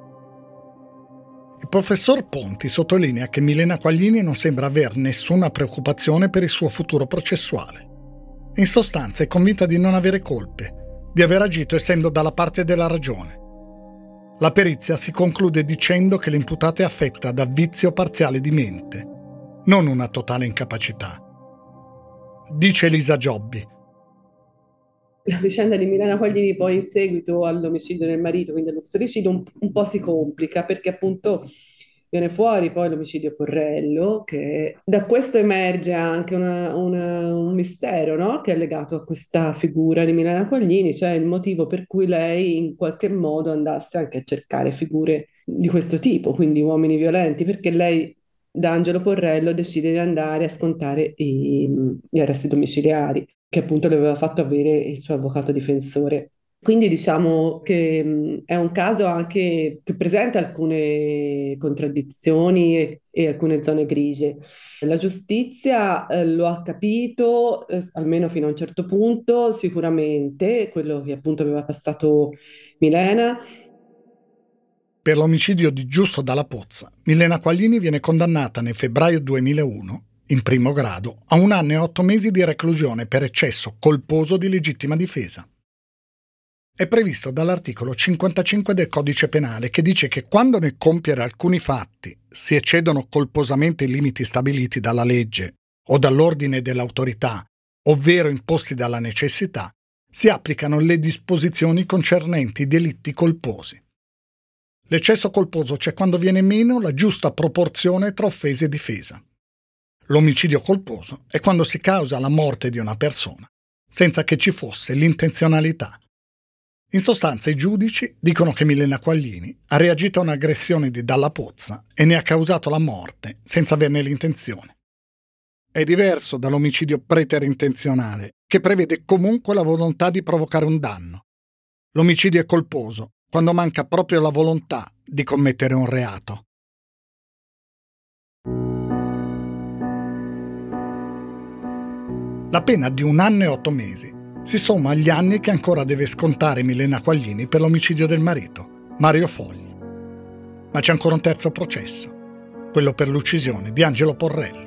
Il professor Ponti sottolinea che Milena Quaglini non sembra aver nessuna preoccupazione per il suo futuro processuale. In sostanza è convinta di non avere colpe, di aver agito essendo dalla parte della ragione. La perizia si conclude dicendo che l'imputata è affetta da vizio parziale di mente, non una totale incapacità. Dice Elisa Giobbi. La vicenda di Milena Quaglini poi in seguito all'omicidio del marito, quindi all'uxoricidio, un, un po' si complica perché appunto viene fuori poi l'omicidio Porrello, che da questo emerge anche una- una- un mistero, no? Che è legato a questa figura di Milena Quaglini, cioè il motivo per cui lei in qualche modo andasse anche a cercare figure di questo tipo, quindi uomini violenti, perché lei da Angelo Porrello decide di andare a scontare i- gli arresti domiciliari, che appunto le aveva fatto avere il suo avvocato difensore. Quindi diciamo che mh, è un caso anche che presenta alcune contraddizioni e, e alcune zone grigie. La giustizia eh, lo ha capito, eh, almeno fino a un certo punto, sicuramente, quello che appunto aveva passato Milena. Per l'omicidio di Giusto Dalla Pozza, Milena Quaglini viene condannata nel febbraio duemilauno, in primo grado, a un anno e otto mesi di reclusione per eccesso colposo di legittima difesa. È previsto dall'articolo cinquantacinque del Codice Penale, che dice che quando nel compiere alcuni fatti si eccedono colposamente i limiti stabiliti dalla legge o dall'ordine dell'autorità, ovvero imposti dalla necessità, si applicano le disposizioni concernenti i delitti colposi. L'eccesso colposo c'è quando viene meno la giusta proporzione tra offesa e difesa. L'omicidio colposo è quando si causa la morte di una persona senza che ci fosse l'intenzionalità. In sostanza i giudici dicono che Milena Quaglini ha reagito a un'aggressione di Dalla Pozza e ne ha causato la morte senza averne l'intenzione. È diverso dall'omicidio preterintenzionale, che prevede comunque la volontà di provocare un danno. L'omicidio è colposo quando manca proprio la volontà di commettere un reato. La pena di un anno e otto mesi si somma agli anni che ancora deve scontare Milena Quaglini per l'omicidio del marito, Mario Fogli. Ma c'è ancora un terzo processo, quello per l'uccisione di Angelo Porrello.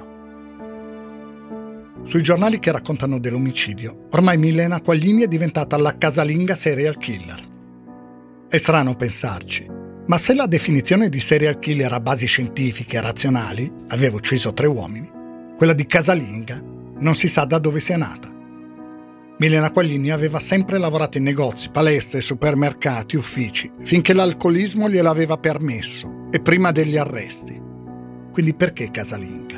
Sui giornali che raccontano dell'omicidio, ormai Milena Quaglini è diventata la casalinga serial killer. È strano pensarci, ma se la definizione di serial killer a basi scientifiche e razionali aveva ucciso tre uomini, quella di casalinga non si sa da dove sia nata. Milena Quaglini aveva sempre lavorato in negozi, palestre, supermercati, uffici, finché l'alcolismo gliel'aveva permesso e prima degli arresti. Quindi perché casalinga?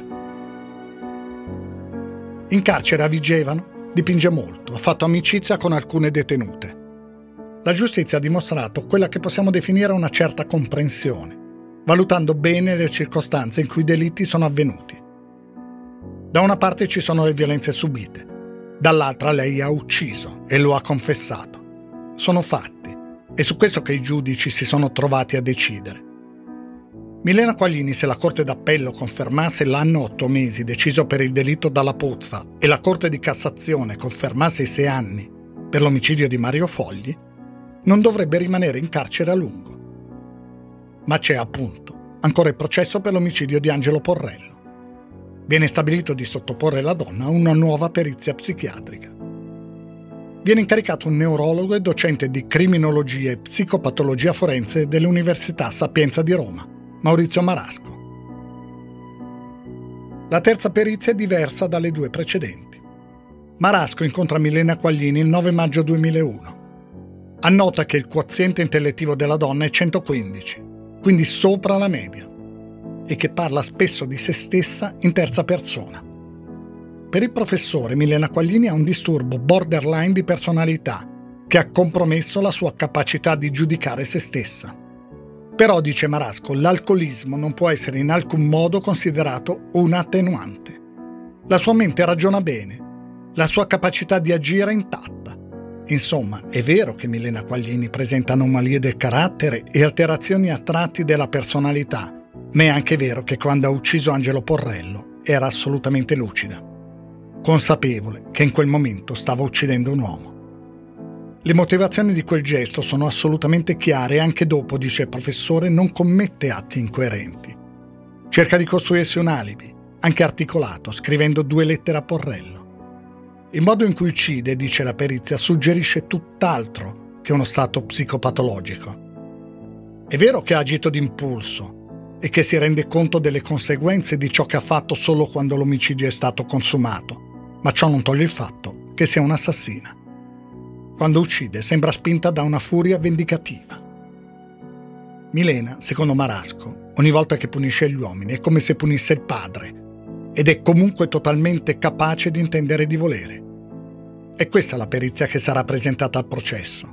In carcere a Vigevano dipinge molto, ha fatto amicizia con alcune detenute. La giustizia ha dimostrato quella che possiamo definire una certa comprensione, valutando bene le circostanze in cui i delitti sono avvenuti. Da una parte ci sono le violenze subite, dall'altra lei ha ucciso e lo ha confessato. Sono fatti, è su questo che i giudici si sono trovati a decidere. Milena Quaglini, se la Corte d'Appello confermasse l'anno otto mesi deciso per il delitto Dalla Pozza e la Corte di Cassazione confermasse i sei anni per l'omicidio di Mario Fogli, non dovrebbe rimanere in carcere a lungo. Ma c'è appunto ancora il processo per l'omicidio di Angelo Porrello. Viene stabilito di sottoporre la donna a una nuova perizia psichiatrica. Viene incaricato un neurologo e docente di criminologia e psicopatologia forense dell'Università Sapienza di Roma, Maurizio Marasco. La terza perizia è diversa dalle due precedenti. Marasco incontra Milena Quaglini il nove maggio duemilauno. Annota che il quoziente intellettivo della donna è centoquindici, quindi sopra la media, e che parla spesso di se stessa in terza persona. Per il professore, Milena Quaglini ha un disturbo borderline di personalità che ha compromesso la sua capacità di giudicare se stessa. Però, dice Marasco, l'alcolismo non può essere in alcun modo considerato un attenuante. La sua mente ragiona bene, la sua capacità di agire è intatta. Insomma, è vero che Milena Quaglini presenta anomalie del carattere e alterazioni a tratti della personalità, ma è anche vero che quando ha ucciso Angelo Porrello era assolutamente lucida, consapevole che in quel momento stava uccidendo un uomo. Le motivazioni di quel gesto sono assolutamente chiare e anche dopo, dice il professore, non commette atti incoerenti. Cerca di costruirsi un alibi, anche articolato, scrivendo due lettere a Porrello. Il modo in cui uccide, dice la perizia, suggerisce tutt'altro che uno stato psicopatologico. È vero che ha agito d'impulso e che si rende conto delle conseguenze di ciò che ha fatto solo quando l'omicidio è stato consumato, ma ciò non toglie il fatto che sia un'assassina. Quando uccide sembra spinta da una furia vendicativa. Milena, secondo Marasco, ogni volta che punisce gli uomini è come se punisse il padre, ed è comunque totalmente capace di intendere di volere. È questa la perizia che sarà presentata al processo.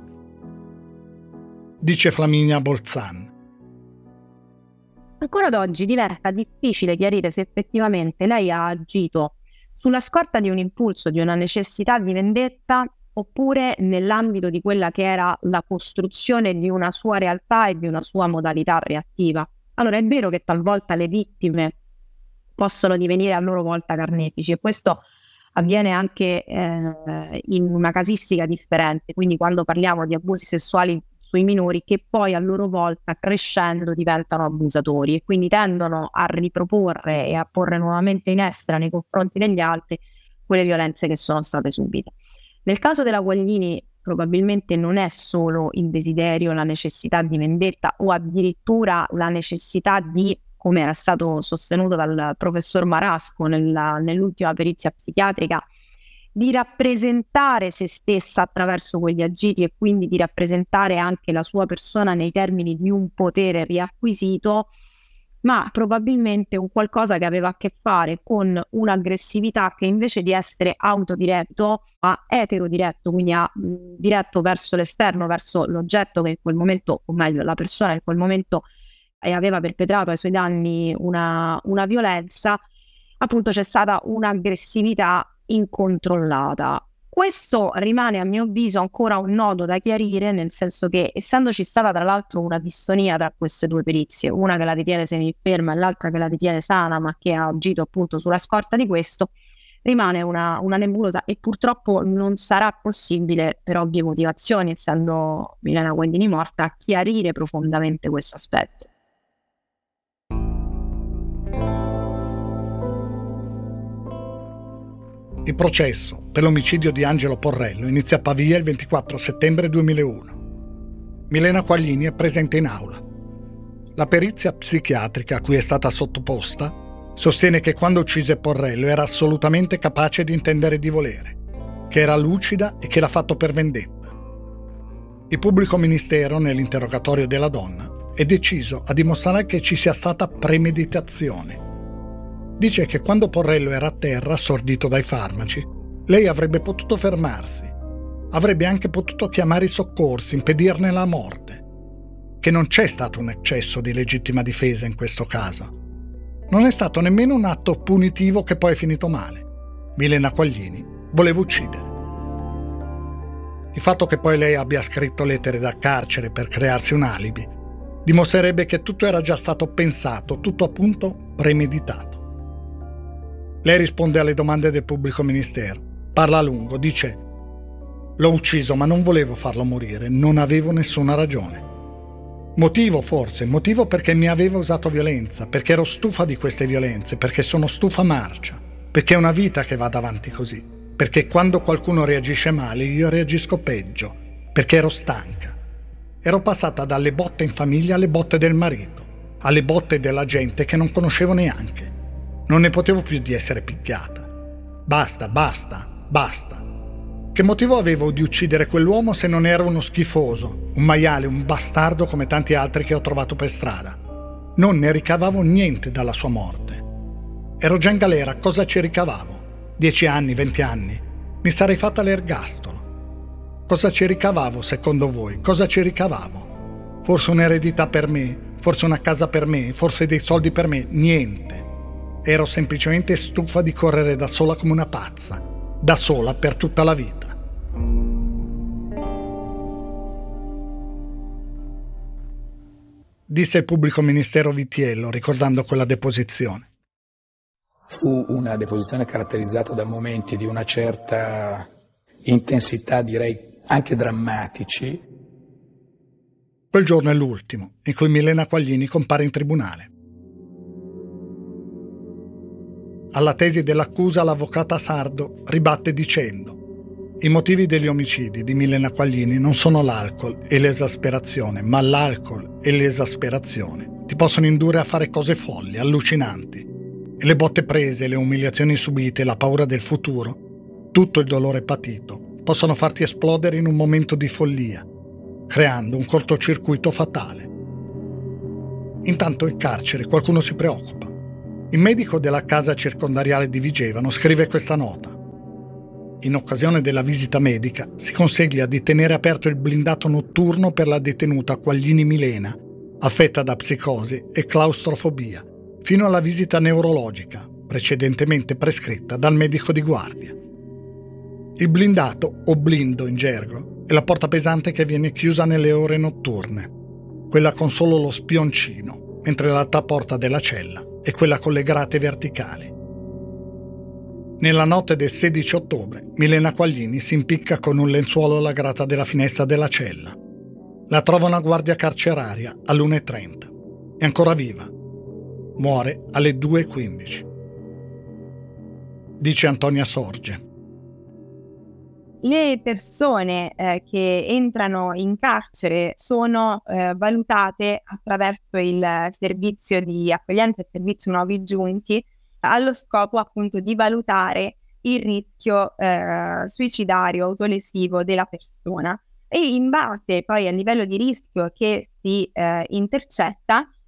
Dice Flaminia Bolzan. Ancora ad oggi diventa difficile chiarire se effettivamente lei ha agito sulla scorta di un impulso, di una necessità di vendetta, oppure nell'ambito di quella che era la costruzione di una sua realtà e di una sua modalità reattiva. Allora, è vero che talvolta le vittime possono divenire a loro volta carnefici, e questo avviene anche eh, in una casistica differente, quindi quando parliamo di abusi sessuali sui minori che poi a loro volta crescendo diventano abusatori e quindi tendono a riproporre e a porre nuovamente in essere nei confronti degli altri quelle violenze che sono state subite. Nel caso della Quaglini probabilmente non è solo il desiderio, la necessità di vendetta o addirittura la necessità di, come era stato sostenuto dal professor Marasco nella, nell'ultima perizia psichiatrica, di rappresentare se stessa attraverso quegli agiti e quindi di rappresentare anche la sua persona nei termini di un potere riacquisito, ma probabilmente un qualcosa che aveva a che fare con un'aggressività che invece di essere autodiretto a eterodiretto, quindi a mh, diretto verso l'esterno, verso l'oggetto che in quel momento, o meglio la persona che in quel momento eh, aveva perpetrato ai suoi danni una, una violenza, appunto c'è stata un'aggressività incontrollata. Questo rimane a mio avviso ancora un nodo da chiarire, nel senso che essendoci stata tra l'altro una distonia tra queste due perizie, una che la ritiene semiferma e l'altra che la ritiene sana ma che ha agito appunto sulla scorta di questo, rimane una, una nebulosa e purtroppo non sarà possibile per ovvie motivazioni, essendo Milena Quaglini morta, chiarire profondamente questo aspetto. Il processo per l'omicidio di Angelo Porrello inizia a Pavia il ventiquattro settembre duemilauno. Milena Quaglini è presente in aula. La perizia psichiatrica a cui è stata sottoposta sostiene che quando uccise Porrello era assolutamente capace di intendere e di volere, che era lucida e che l'ha fatto per vendetta. Il pubblico ministero, nell'interrogatorio della donna, è deciso a dimostrare che ci sia stata premeditazione. Dice che quando Porrello era a terra, assordito dai farmaci, lei avrebbe potuto fermarsi, avrebbe anche potuto chiamare i soccorsi, impedirne la morte, che non c'è stato un eccesso di legittima difesa in questo caso. Non è stato nemmeno un atto punitivo che poi è finito male. Milena Quaglini voleva uccidere. Il fatto che poi lei abbia scritto lettere da carcere per crearsi un alibi dimostrerebbe che tutto era già stato pensato, tutto appunto premeditato. Lei risponde alle domande del pubblico ministero, parla a lungo, dice: l'ho ucciso ma non volevo farlo morire, non avevo nessuna ragione. Motivo forse, motivo perché mi aveva usato violenza, perché ero stufa di queste violenze, perché sono stufa marcia, perché è una vita che vada avanti così, perché quando qualcuno reagisce male io reagisco peggio, perché ero stanca. Ero passata dalle botte in famiglia alle botte del marito, alle botte della gente che non conoscevo neanche. Non ne potevo più di essere picchiata. Basta, basta, basta. Che motivo avevo di uccidere quell'uomo se non era uno schifoso, un maiale, un bastardo come tanti altri che ho trovato per strada? Non ne ricavavo niente dalla sua morte. Ero già in galera, cosa ci ricavavo? Dieci anni, venti anni? Mi sarei fatta l'ergastolo. Cosa ci ricavavo secondo voi? Cosa ci ricavavo? Forse un'eredità per me? Forse una casa per me? Forse dei soldi per me? Niente. Ero semplicemente stufa di correre da sola come una pazza, da sola per tutta la vita. Disse il pubblico ministero Vitiello, ricordando quella deposizione. Fu una deposizione caratterizzata da momenti di una certa intensità, direi anche drammatici. Quel giorno è l'ultimo in cui Milena Quaglini compare in tribunale. Alla tesi dell'accusa l'avvocata Sardo ribatte dicendo: i motivi degli omicidi di Milena Quaglini non sono l'alcol e l'esasperazione, ma l'alcol e l'esasperazione ti possono indurre a fare cose folli, allucinanti. E le botte prese, le umiliazioni subite, la paura del futuro, tutto il dolore patito, possono farti esplodere in un momento di follia, creando un cortocircuito fatale. Intanto in carcere qualcuno si preoccupa. Il medico della casa circondariale di Vigevano scrive questa nota. In occasione della visita medica si consiglia di tenere aperto il blindato notturno per la detenuta Quaglini Milena, affetta da psicosi e claustrofobia, fino alla visita neurologica, precedentemente prescritta dal medico di guardia. Il blindato, o blindo in gergo, è la porta pesante che viene chiusa nelle ore notturne, quella con solo lo spioncino, mentre l'altra porta della cella è quella con le grate verticali. Nella notte del sedici ottobre, Milena Quaglini si impicca con un lenzuolo alla grata della finestra della cella. La trova una guardia carceraria all'una e trenta. È ancora viva. Muore alle due e quindici. Dice Antonia Sorge. Le persone eh, che entrano in carcere sono eh, valutate attraverso il servizio di accoglienza e servizio nuovi giunti, allo scopo appunto di valutare il rischio eh, suicidario autolesivo della persona, e in base poi al livello di rischio che si eh, intercetta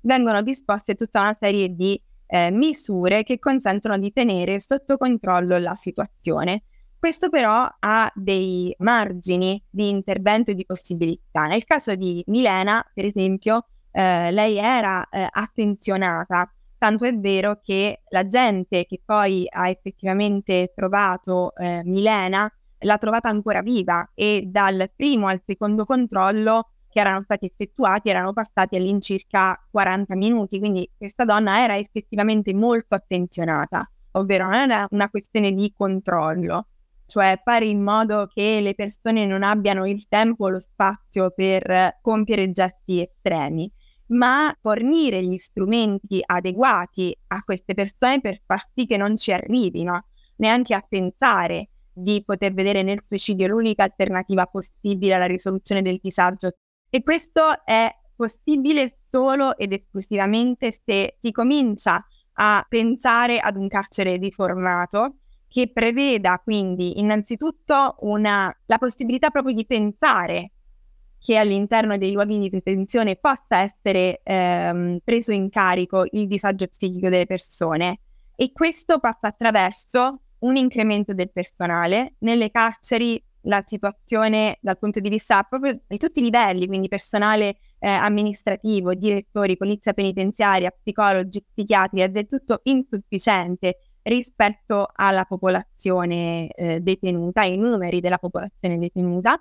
vengono disposte tutta una serie di eh, misure che consentono di tenere sotto controllo la situazione. Questo però ha dei margini di intervento e di possibilità. Nel caso di Milena, per esempio, eh, lei era eh, attenzionata, tanto è vero che la gente che poi ha effettivamente trovato eh, Milena l'ha trovata ancora viva, e dal primo al secondo controllo che erano stati effettuati erano passati all'incirca quaranta minuti, quindi questa donna era effettivamente molto attenzionata, ovvero non era una questione di controllo, cioè fare in modo che le persone non abbiano il tempo o lo spazio per compiere gesti estremi, ma fornire gli strumenti adeguati a queste persone per far sì che non ci arrivino neanche a pensare di poter vedere nel suicidio l'unica alternativa possibile alla risoluzione del disagio. E questo è possibile solo ed esclusivamente se si comincia a pensare ad un carcere riformato, che preveda quindi innanzitutto una, la possibilità proprio di pensare che all'interno dei luoghi di detenzione possa essere ehm, preso in carico il disagio psichico delle persone, e questo passa attraverso un incremento del personale. Nelle carceri la situazione dal punto di vista proprio di tutti i livelli, quindi personale eh, amministrativo, direttori, polizia penitenziaria, psicologi, psichiatri, è del tutto insufficiente rispetto alla popolazione eh, detenuta, ai numeri della popolazione detenuta,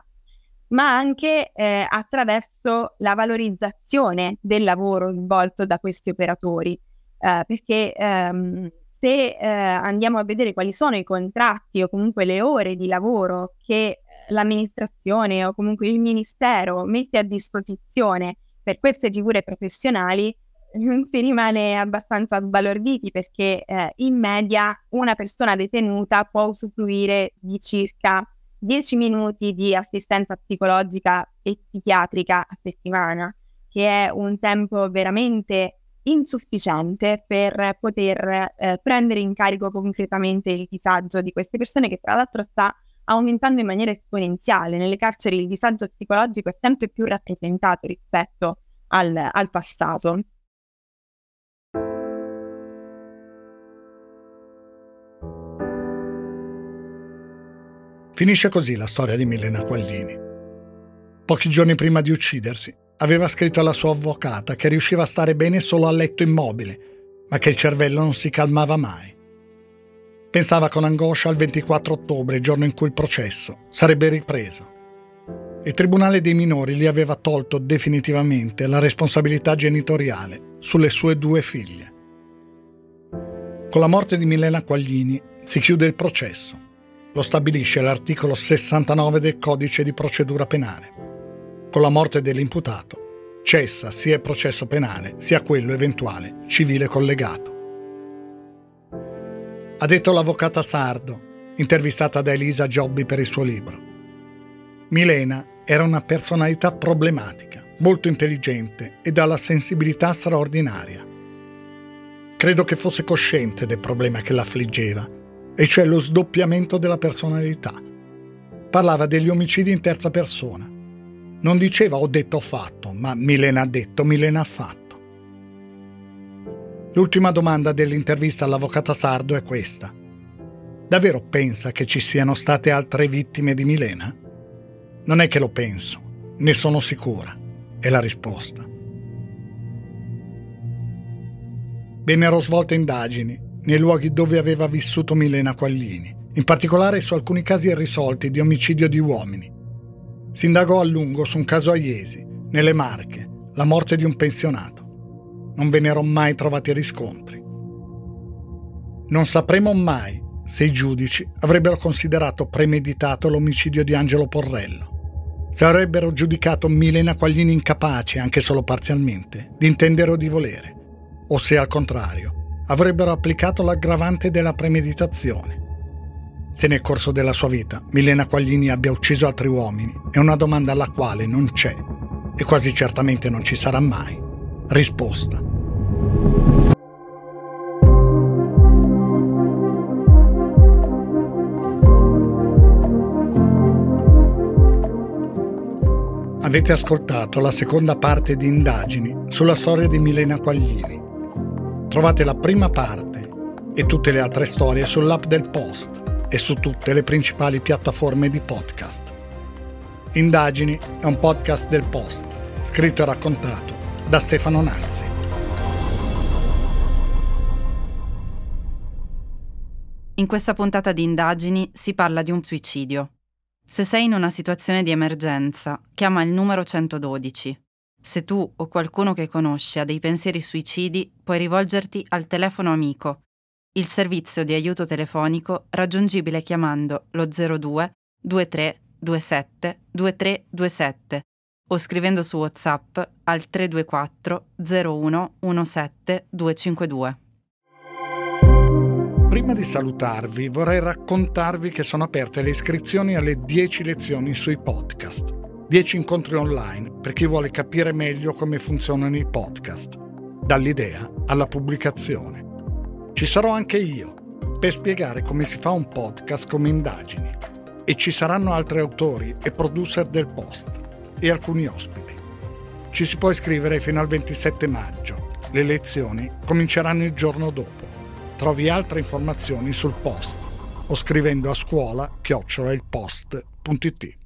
ma anche eh, attraverso la valorizzazione del lavoro svolto da questi operatori, eh, perché ehm, se eh, andiamo a vedere quali sono i contratti o comunque le ore di lavoro che l'amministrazione o comunque il ministero mette a disposizione per queste figure professionali, non si rimane abbastanza sbalorditi, perché eh, in media una persona detenuta può usufruire di circa dieci minuti di assistenza psicologica e psichiatrica a settimana, che è un tempo veramente insufficiente per poter eh, prendere in carico concretamente il disagio di queste persone, che tra l'altro sta aumentando in maniera esponenziale. Nelle carceri il disagio psicologico è sempre più rappresentato rispetto al, al passato. Finisce così la storia di Milena Quaglini. Pochi giorni prima di uccidersi, aveva scritto alla sua avvocata che riusciva a stare bene solo a letto immobile, ma che il cervello non si calmava mai. Pensava con angoscia al ventiquattro ottobre, il giorno in cui il processo sarebbe ripreso. Il Tribunale dei minori gli aveva tolto definitivamente la responsabilità genitoriale sulle sue due figlie. Con la morte di Milena Quaglini si chiude il processo. Lo stabilisce l'articolo sessantanove del Codice di procedura penale. Con la morte dell'imputato cessa sia il processo penale sia quello eventuale civile collegato. Ha detto l'avvocata Sardo, intervistata da Elisa Giobbi per il suo libro. Milena era una personalità problematica, molto intelligente e dalla sensibilità straordinaria. Credo che fosse cosciente del problema che l'affliggeva, e cioè lo sdoppiamento della personalità. Parlava degli omicidi in terza persona. Non diceva ho detto ho fatto, ma Milena ha detto, Milena ha fatto. L'ultima domanda dell'intervista all'avvocata Sardo è questa. Davvero pensa che ci siano state altre vittime di Milena? Non è che lo penso, ne sono sicura, è la risposta. Vennero svolte indagini nei luoghi dove aveva vissuto Milena Quaglini, in particolare su alcuni casi irrisolti di omicidio di uomini. Si indagò a lungo su un caso a Iesi, nelle Marche, la morte di un pensionato. Non vennero mai trovati riscontri. Non sapremo mai se i giudici avrebbero considerato premeditato l'omicidio di Angelo Porrello, se avrebbero giudicato Milena Quaglini incapace, anche solo parzialmente, di intendere o di volere, o se al contrario avrebbero applicato l'aggravante della premeditazione. Se nel corso della sua vita Milena Quaglini abbia ucciso altri uomini è una domanda alla quale non c'è, e quasi certamente non ci sarà mai, risposta. Avete ascoltato la seconda parte di Indagini sulla storia di Milena Quaglini. Trovate la prima parte e tutte le altre storie sull'app del Post e su tutte le principali piattaforme di podcast. Indagini è un podcast del Post, scritto e raccontato da Stefano Nazzi. In questa puntata di Indagini si parla di un suicidio. Se sei in una situazione di emergenza, chiama il numero centododici. Se tu o qualcuno che conosci ha dei pensieri suicidi, puoi rivolgerti al telefono amico, il servizio di aiuto telefonico raggiungibile chiamando lo zero due due tre due sette due tre due sette o scrivendo su WhatsApp al tre due quattro zero uno uno sette due cinque due. Prima di salutarvi vorrei raccontarvi che sono aperte le iscrizioni alle dieci lezioni sui podcast, dieci incontri online per chi vuole capire meglio come funzionano i podcast, dall'idea alla pubblicazione. Ci sarò anche io per spiegare come si fa un podcast come Indagini e ci saranno altri autori e producer del Post e alcuni ospiti. Ci si può iscrivere fino al ventisette maggio. Le lezioni cominceranno il giorno dopo. Trovi altre informazioni sul Post o scrivendo a scuola chiocciola il post punto it.